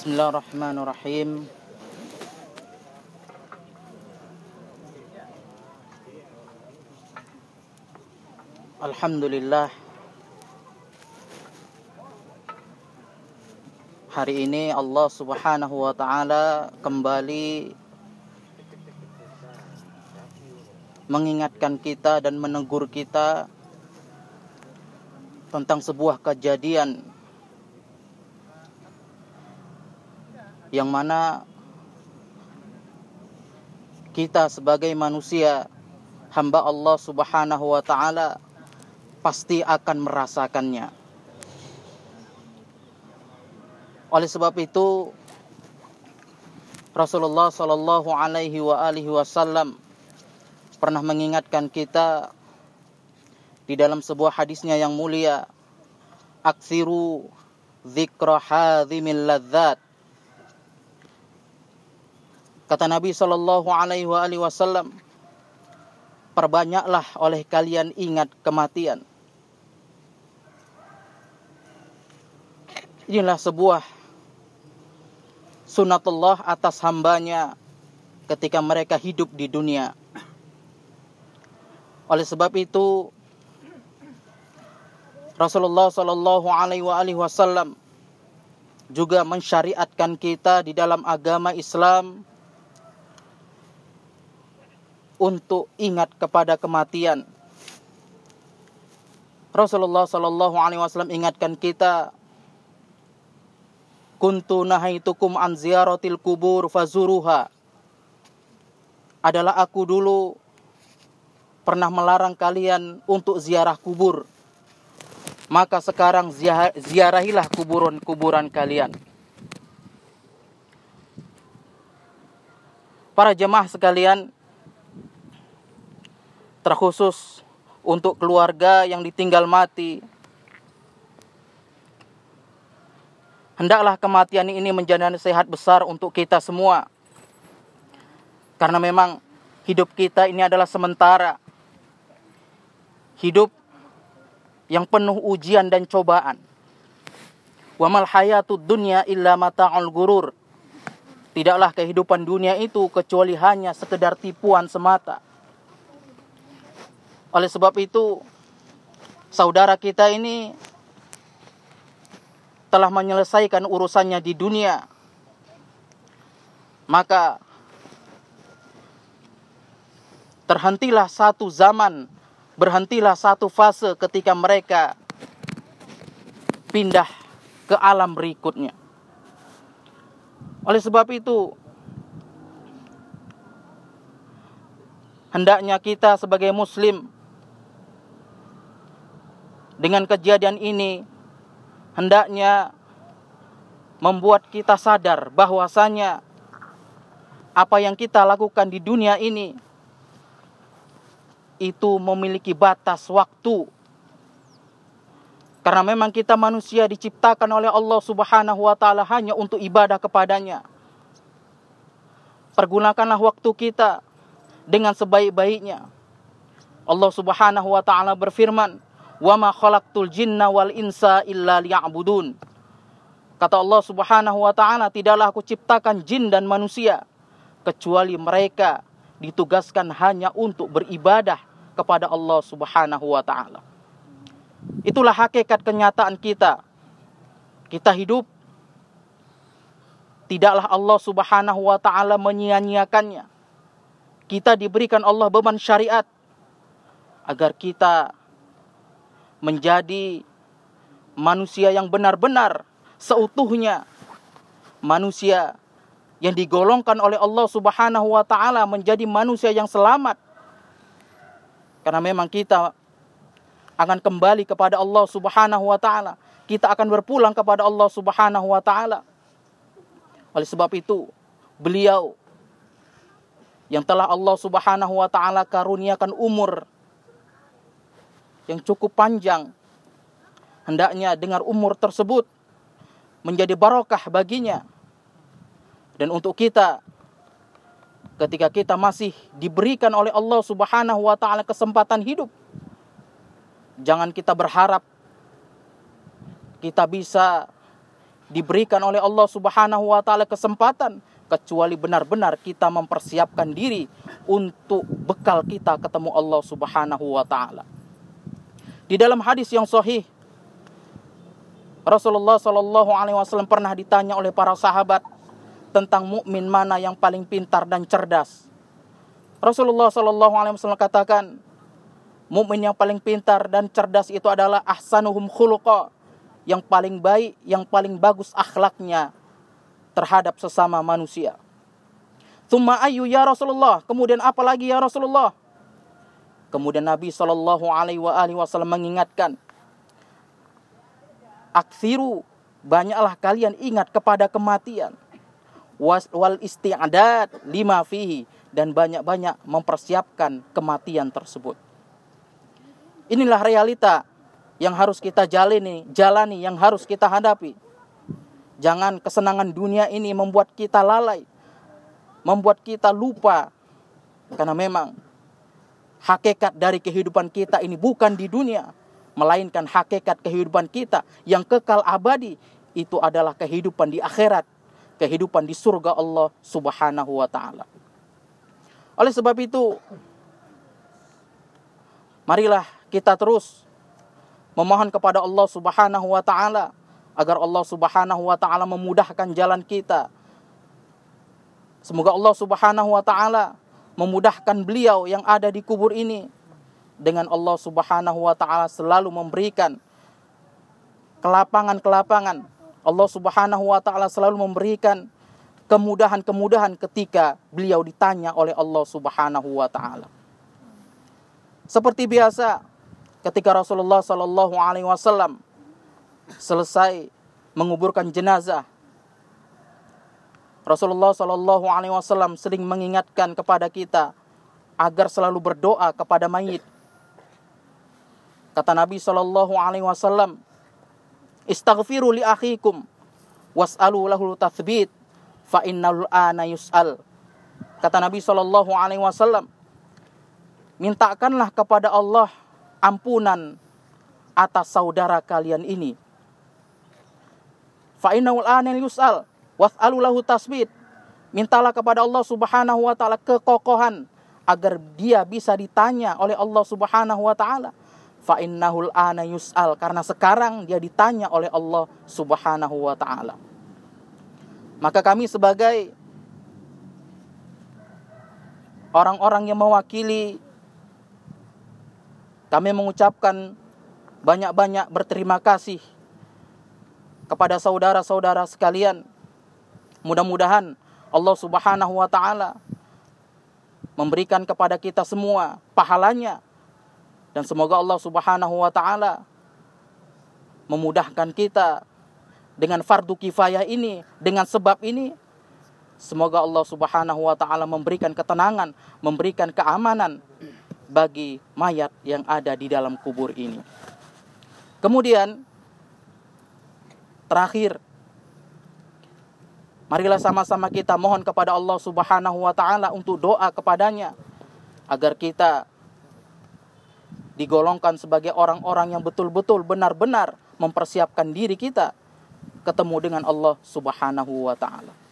Bismillahirrahmanirrahim. Alhamdulillah, hari ini Allah Subhanahu wa ta'ala kembali mengingatkan kita dan menegur kita tentang sebuah kejadian yang mana kita sebagai manusia, hamba Allah Subhanahu wa ta'ala, pasti akan merasakannya. Oleh sebab itu, Rasulullah sallallahu alaihi wasallam pernah mengingatkan kita di dalam sebuah hadisnya yang mulia, aksiru dzikra hadzimil ladzat. Kata Nabi sallallahu alaihi wasallam, perbanyaklah oleh kalian ingat kematian. Inilah sebuah sunatullah atas hambanya ketika mereka hidup di dunia. Oleh sebab itu, Rasulullah sallallahu alaihi wasallam juga mensyariatkan kita di dalam agama Islam untuk ingat kepada kematian. Rasulullah sallallahu alaihi wasallam ingatkan kita, kuntu nahaitukum an ziyaratil kubur fazuruha. Adalah aku dulu pernah melarang kalian untuk ziarah kubur, maka sekarang ziarahilah kuburan kalian. Para jemaah sekalian, terkhusus untuk keluarga yang ditinggal mati, hendaklah kematian ini menjadi nasihat besar untuk kita semua. Karena memang hidup kita ini adalah sementara. Hidup yang penuh ujian dan cobaan. Wa mal hayatud dunya illa mata'ul gurur. Tidaklah kehidupan dunia itu kecuali hanya sekedar tipuan semata. Oleh sebab itu, saudara kita ini telah menyelesaikan urusannya di dunia, maka terhentilah satu zaman, berhentilah satu fase ketika mereka pindah ke alam berikutnya. Oleh sebab itu, hendaknya kita sebagai muslim dengan kejadian ini hendaknya membuat kita sadar bahwasanya apa yang kita lakukan di dunia ini itu memiliki batas waktu. Karena memang kita manusia diciptakan oleh Allah Subhanahu wa ta'ala hanya untuk ibadah kepadanya. Pergunakanlah waktu kita dengan sebaik-baiknya. Allah Subhanahu wa ta'ala berfirman, wa ma khalaqtul jinna wal insa illa liya'budun. Kata Allah Subhanahu wa ta'ala, tidaklah aku ciptakan jin dan manusia kecuali mereka ditugaskan hanya untuk beribadah kepada Allah Subhanahu wa ta'ala. Itulah hakikat kenyataan kita. Kita hidup, tidaklah Allah Subhanahu wa ta'ala menyia-nyiakannya. Kita diberikan Allah beban syariat agar kita menjadi manusia yang benar-benar seutuhnya, manusia yang digolongkan oleh Allah Subhanahu wa ta'ala menjadi manusia yang selamat. Karena memang kita akan kembali kepada Allah Subhanahu wa ta'ala. Kita akan berpulang kepada Allah Subhanahu wa ta'ala. Oleh sebab itu, beliau yang telah Allah Subhanahu wa ta'ala karuniakan umur yang cukup panjang, hendaknya dengar umur tersebut menjadi barokah baginya. Dan untuk kita, ketika kita masih diberikan oleh Allah Subhanahu wa ta'ala kesempatan hidup, jangan kita berharap kita bisa diberikan oleh Allah Subhanahu wa taala kesempatan kecuali benar-benar kita mempersiapkan diri untuk bekal kita ketemu Allah Subhanahu wa taala. Di dalam hadis yang sahih, Rasulullah Shallallahu alaihi wasallam pernah ditanya oleh para sahabat tentang mukmin mana yang paling pintar dan cerdas. Rasulullah Shallallahu alaihi wasallam katakan, mukmin yang paling pintar dan cerdas itu adalah ahsanuhum khuluqa, yang paling baik, yang paling bagus akhlaknya terhadap sesama manusia. Tsumma ayyu ya Rasulullah, kemudian apa lagi ya Rasulullah? Kemudian Nabi Shallallahu alaihi wasallam mengingatkan, aksiru, banyaklah kalian ingat kepada kematian, wal isti'adad lima fihi, dan banyak-banyak mempersiapkan kematian tersebut. Inilah realita yang harus kita jalani, yang harus kita hadapi. Jangan kesenangan dunia ini membuat kita lalai, membuat kita lupa, karena memang hakikat dari kehidupan kita ini bukan di dunia, melainkan hakikat kehidupan kita yang kekal abadi itu adalah kehidupan di akhirat, kehidupan di surga Allah Subhanahu wa taala. Oleh sebab itu, marilah kita terus memohon kepada Allah Subhanahu wa taala agar Allah Subhanahu wa taala memudahkan jalan kita. Semoga Allah Subhanahu wa taala memudahkan beliau yang ada di kubur ini, dengan Allah Subhanahu wa taala selalu memberikan kelapangan-kelapangan. Allah Subhanahu wa taala selalu memberikan kemudahan-kemudahan ketika beliau ditanya oleh Allah Subhanahu wa taala. Seperti biasa, ketika Rasulullah sallallahu alaihi wasallam selesai menguburkan jenazah, Rasulullah sallallahu alaihi wasallam sering mengingatkan kepada kita agar selalu berdoa kepada mayit. Kata Nabi sallallahu alaihi wasallam, "Istaghfiru li akhikum was'alu lahu tatsbit fa innal ana yus'al." Kata Nabi sallallahu alaihi wasallam, mintakanlah kepada Allah ampunan atas saudara kalian ini. Fa innal ana yus'al was'alu lahu tasbit. Mintalah kepada Allah Subhanahu wa taala kekokohan agar dia bisa ditanya oleh Allah Subhanahu wa taala. Fa innahul ana yus'al, karena sekarang dia ditanya oleh Allah Subhanahu wa taala. Maka kami sebagai orang-orang yang mewakili, kami mengucapkan banyak-banyak berterima kasih kepada saudara-saudara sekalian. Mudah-mudahan Allah Subhanahu wa taala memberikan kepada kita semua pahalanya, dan semoga Allah Subhanahu wa taala memudahkan kita dengan fardu kifayah ini, dengan sebab ini. Semoga Allah Subhanahu wa taala memberikan ketenangan, memberikan keamanan bagi mayat yang ada di dalam kubur ini. Kemudian terakhir, marilah sama-sama kita mohon kepada Allah Subhanahu wa taala untuk doa kepadanya agar kita digolongkan sebagai orang-orang yang betul-betul benar-benar mempersiapkan diri kita ketemu dengan Allah Subhanahu wa taala.